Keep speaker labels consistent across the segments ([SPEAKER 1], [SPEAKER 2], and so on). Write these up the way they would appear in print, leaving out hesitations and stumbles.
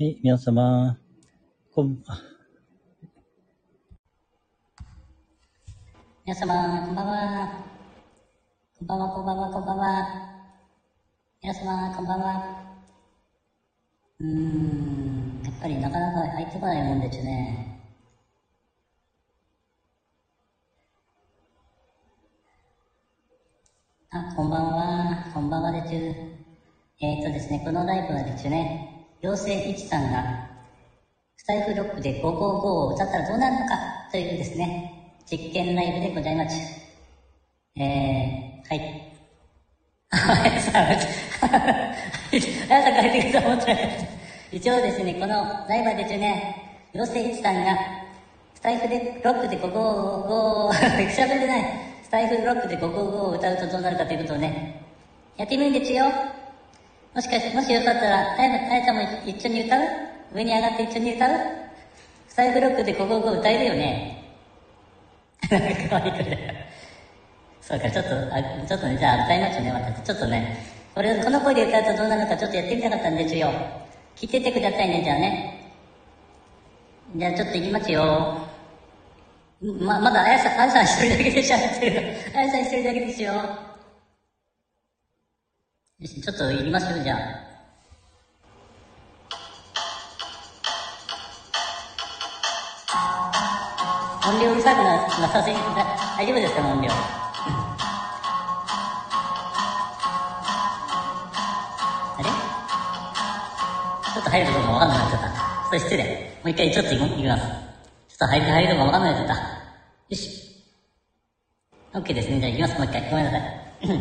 [SPEAKER 1] い、皆様、
[SPEAKER 2] 皆様、こんばんは。こんばんは、こんばんは、こんばんは。皆様、こんばんは。やっぱりなかなか入ってこないもんでちゅね。こんばんは。こんばんはでちゅ。ですね、このライブはでちゅね、妖精一さんが、スタイフロックで555を歌ったらどうなるのかというですね、実験ライブでございます。はい。あやさん帰ってくると思ってなかった。一応ですね、このライブはでちゅね、妖精一さんが、スタイフでロックで555、喋れない。スタイフロックで555を歌うとどうなるかということをね、やってみるんでちゅよ。もしよかったら、あやちゃんも一緒に歌う？上に上がって一緒に歌う？スタイフロックで555歌えるよね。なんか可愛い声だよ。そうか、ちょっとね、じゃあ歌いましょうね、私。ちょっとね、この声で歌うとどうなるのかちょっとやってみたかったんですよ。聞いててくださいね、じゃあね。じゃあちょっと行きますよ。まだあやさん一人だけで喋ってる。あやさん一人だけですよ。よし、ちょっと行きましょう、じゃあ。音量うるさくなさすぎ、大丈夫ですか、音量。あれちょっと入るところがわかんなくなっちゃった。それ失礼。もう一回ちょっと行きます。ちょっと入るところがわかんなくなっちゃった。よし。OK ですね。じゃあ行きます。もう一回。ごめんなさい。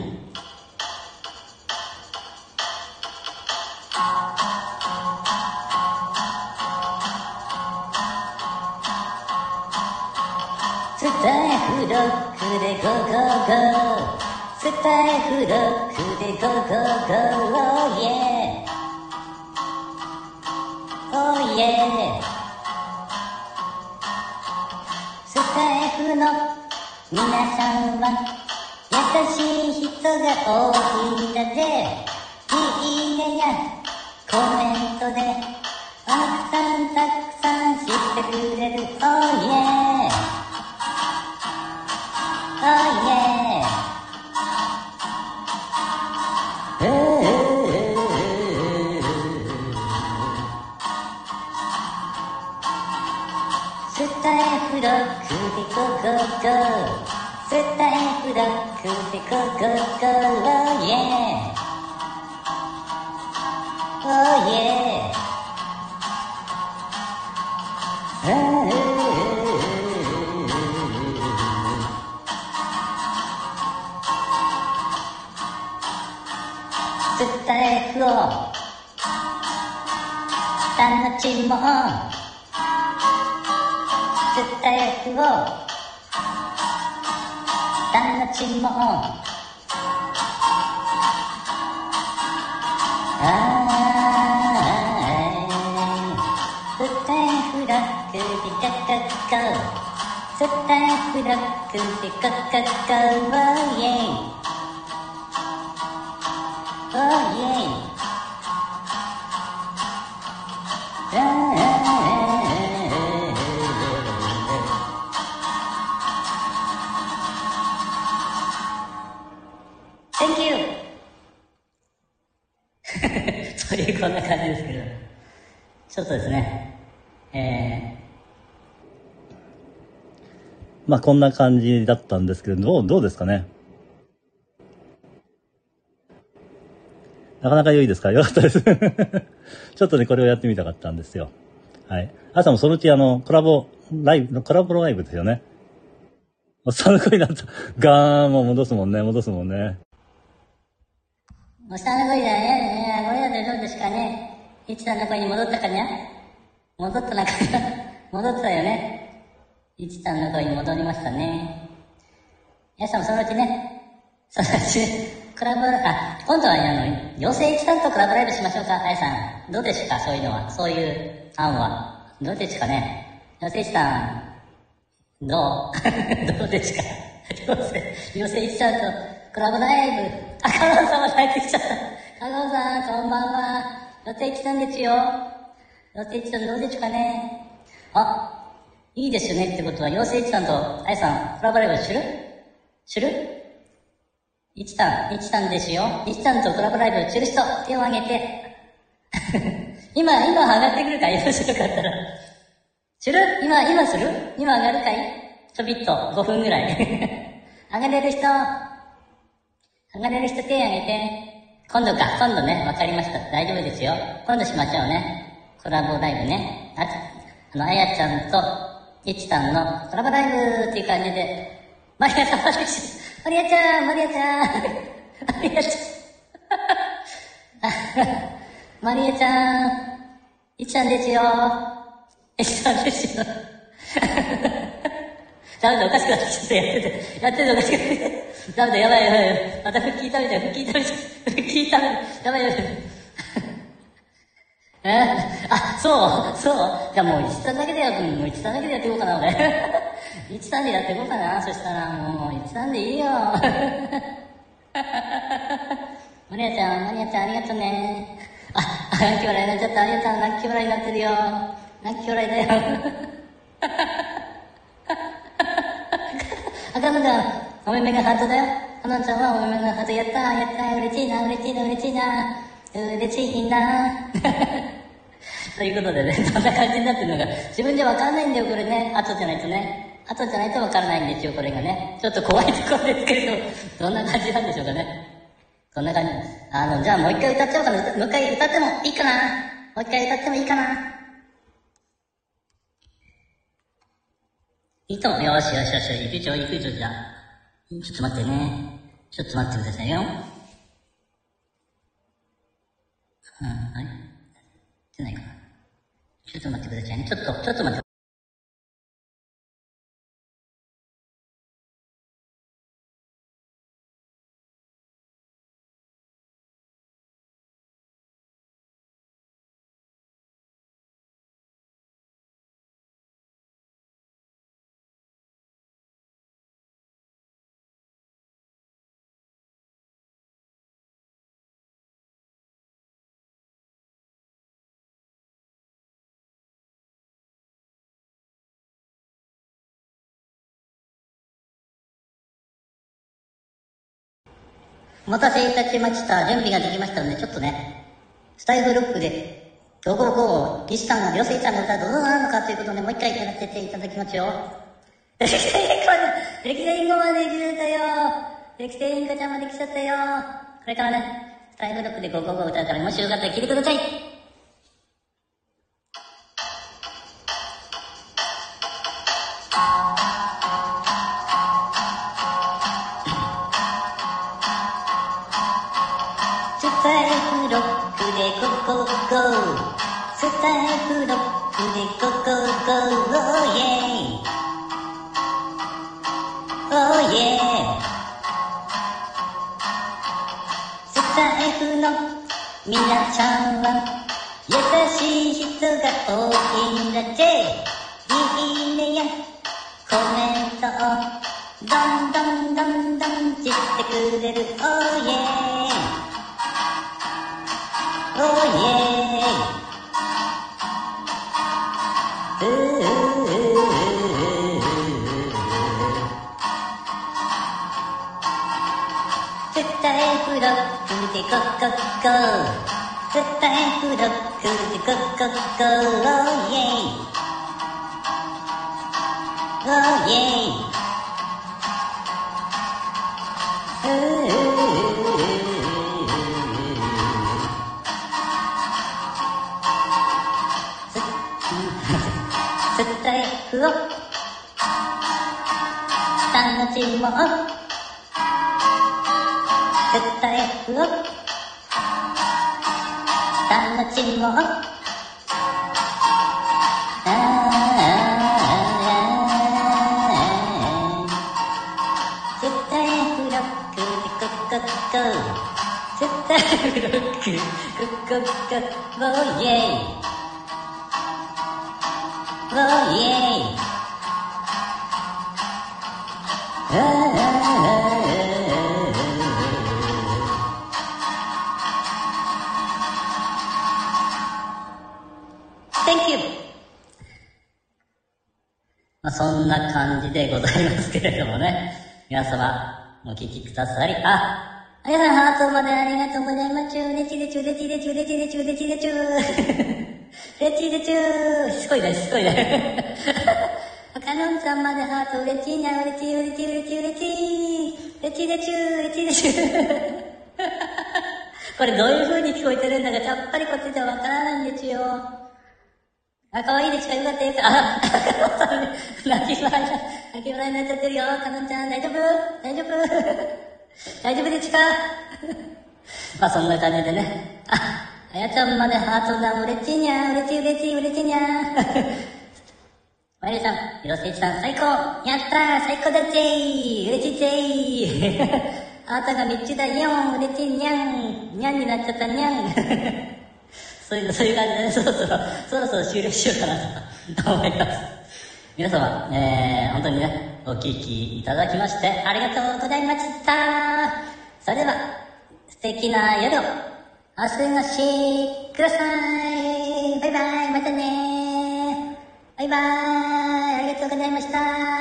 [SPEAKER 2] スタイフロックでゴーゴーゴー。スタイフロックでゴーゴーゴー。Oh yeah。Oh yeah。スタイフの皆さんは優しい人が多いんだぜ。いいねやコメントでたくさんしてくれる。Oh yeah。Oh yeah。スタイフロックでゴーゴーゴー。スタイフロックでゴーゴーゴー。Oh yeah。Oh yeah。スタイフを楽しもう。スタイフを楽しもう。スタイフロックでゴーゴーゴー。スタイフロックでゴーゴーゴー。Oh yeah。Thank you そういうこんな感じですけど、ちょっとですね、
[SPEAKER 1] まあこんな感じだったんですけど、どうですかね。なかなか良いですか？良かったです。ちょっとね、これをやってみたかったんですよ。はい。朝もそのうちコラボライブですよね。おっさんの声になった。ガーンも戻すもんね。
[SPEAKER 2] おっさんの声だね。これだとどうですかね。いちさんの声に戻ったかにゃ？戻ったよね。いちさんの声に戻りましたね。皆さんもそのうちね、コラボ、今度は妖精一さんとコラボライブしましょうか、あやさん。どうですか、そういうのは。そういう案は。どうですかね。妖精一さん、どうどうですか。妖精一さんとコラボライブ。香川さんも入ってきちゃった。香川さん、こんばんは。妖精一さんですよ。 妖精一さんどうでしょうかね。あ、いいですよねってことは、妖精一さんとあやさん、コラボライブする一さんですよ。一さんとコラボライブする人、手を挙げて。今上がってくるかい？よしよかったら。する？今する？今上がるかい？ちょびっと、5分ぐらい。上がれる人手挙げて。今度ね、わかりました。大丈夫ですよ。今度しましょうね。コラボライブね。あやちゃんと、いちさんのコラボライブっていう感じで、マリアちゃん、マリアちゃん、いちさんですよ。ダメだ、おかしくなってきちゃった。やってておかしくなってきた。ダメだ、やばい。また腹筋食べちゃう。やばい。そう。じゃあもう、一さんだけでやっていこうかな、俺。一さんでやっていこうかな。そしたら、もう、一さんでいいよ。マリアちゃん、ありがとうね。泣き笑いになっちゃった。あやちゃん、泣き笑いになってるよ。泣き笑いだよ。かのちゃん、お目目がハートだよ。かのちゃんはお目目がハート。やったー。嬉しいな。ということでね、そんな感じになってるのが、自分でわかんないんだよ、これね。後じゃないとわからないんですよ、これがね。ちょっと怖いところですけど、どんな感じなんでしょうかね。こんな感じ。じゃあもう一回歌っちゃおうかな。もう一回歌ってもいいかないいとも。よし。行くぞ、じゃあ。ちょっと待ってね。ちょっと待ってくださいよ。あれ出ないかな。ちょっと待ってくださいね。ちょっと待って。お待たせいたしました。準備ができましたので、ちょっとね、スタイフロックで、ゴーゴーゴー、岸さんが、妖精ちゃんの歌どうなのかということで、もう一回やらせていただきますよ。歴史インコまで来ちゃったよ。歴史インコちゃんまで来ちゃったよ。これからね、スタイフロックでゴーゴーゴー歌うから、もしよかったら聴いてください。スタイフロックでゴーゴーゴー。スタイフロックでゴーゴーゴー。オーイェイ。オーイェイ。スタイフの皆さんは優しい人が多いんだぜ。いいねやコメントをどんしてくれる。オーイェイ。オーイェイ。スタイフロックでゴーゴーゴー。スタイフロックでゴーゴーゴー。オーイェイ。オーイェイ。スタイフを楽しもう。スタイフを楽しもう。スタイフロックでゴッゴッゴー。スタイフロックゴッゴッゴー。オーイェイ。オーイェイ。ス Thank you! そんな感じでございますけれどもね。皆様、お聞きくださり、皆さんハートまでありがとうございます。レチレチュレチレチュレチレチュレチレチュレチレチュしつこいね、しつこいね。カノンさんまでハート、うれちいな、うれちい、うれちい、うれちい、うれちい。レチレチュレチレチュこれどういう風に聞こえてるんだかさっぱりこっちではわからないんですよ。可愛いですか、よかったよかった。カノンさん、泣き笑いになっちゃってるよ。カノンちゃん、大丈夫大丈夫大丈夫ですかそんな感じでね。あやちゃんまでハートだ、うれちいにゃ、うれちい、うれちい、うれちいにゃ。まゆりさん、ひろせいちさん、最高やったー最高だっちーうれちいちーあーたが3つだよーうれちいにゃんにゃんになっちゃったにゃんそういう感じでね、そろそろ終了しようかなと思います。皆様、本当にね、お聞きいただきましてありがとうございました。それでは、素敵な夜をお過ごしください。バイバイ、またねー。バイバーイ、ありがとうございました。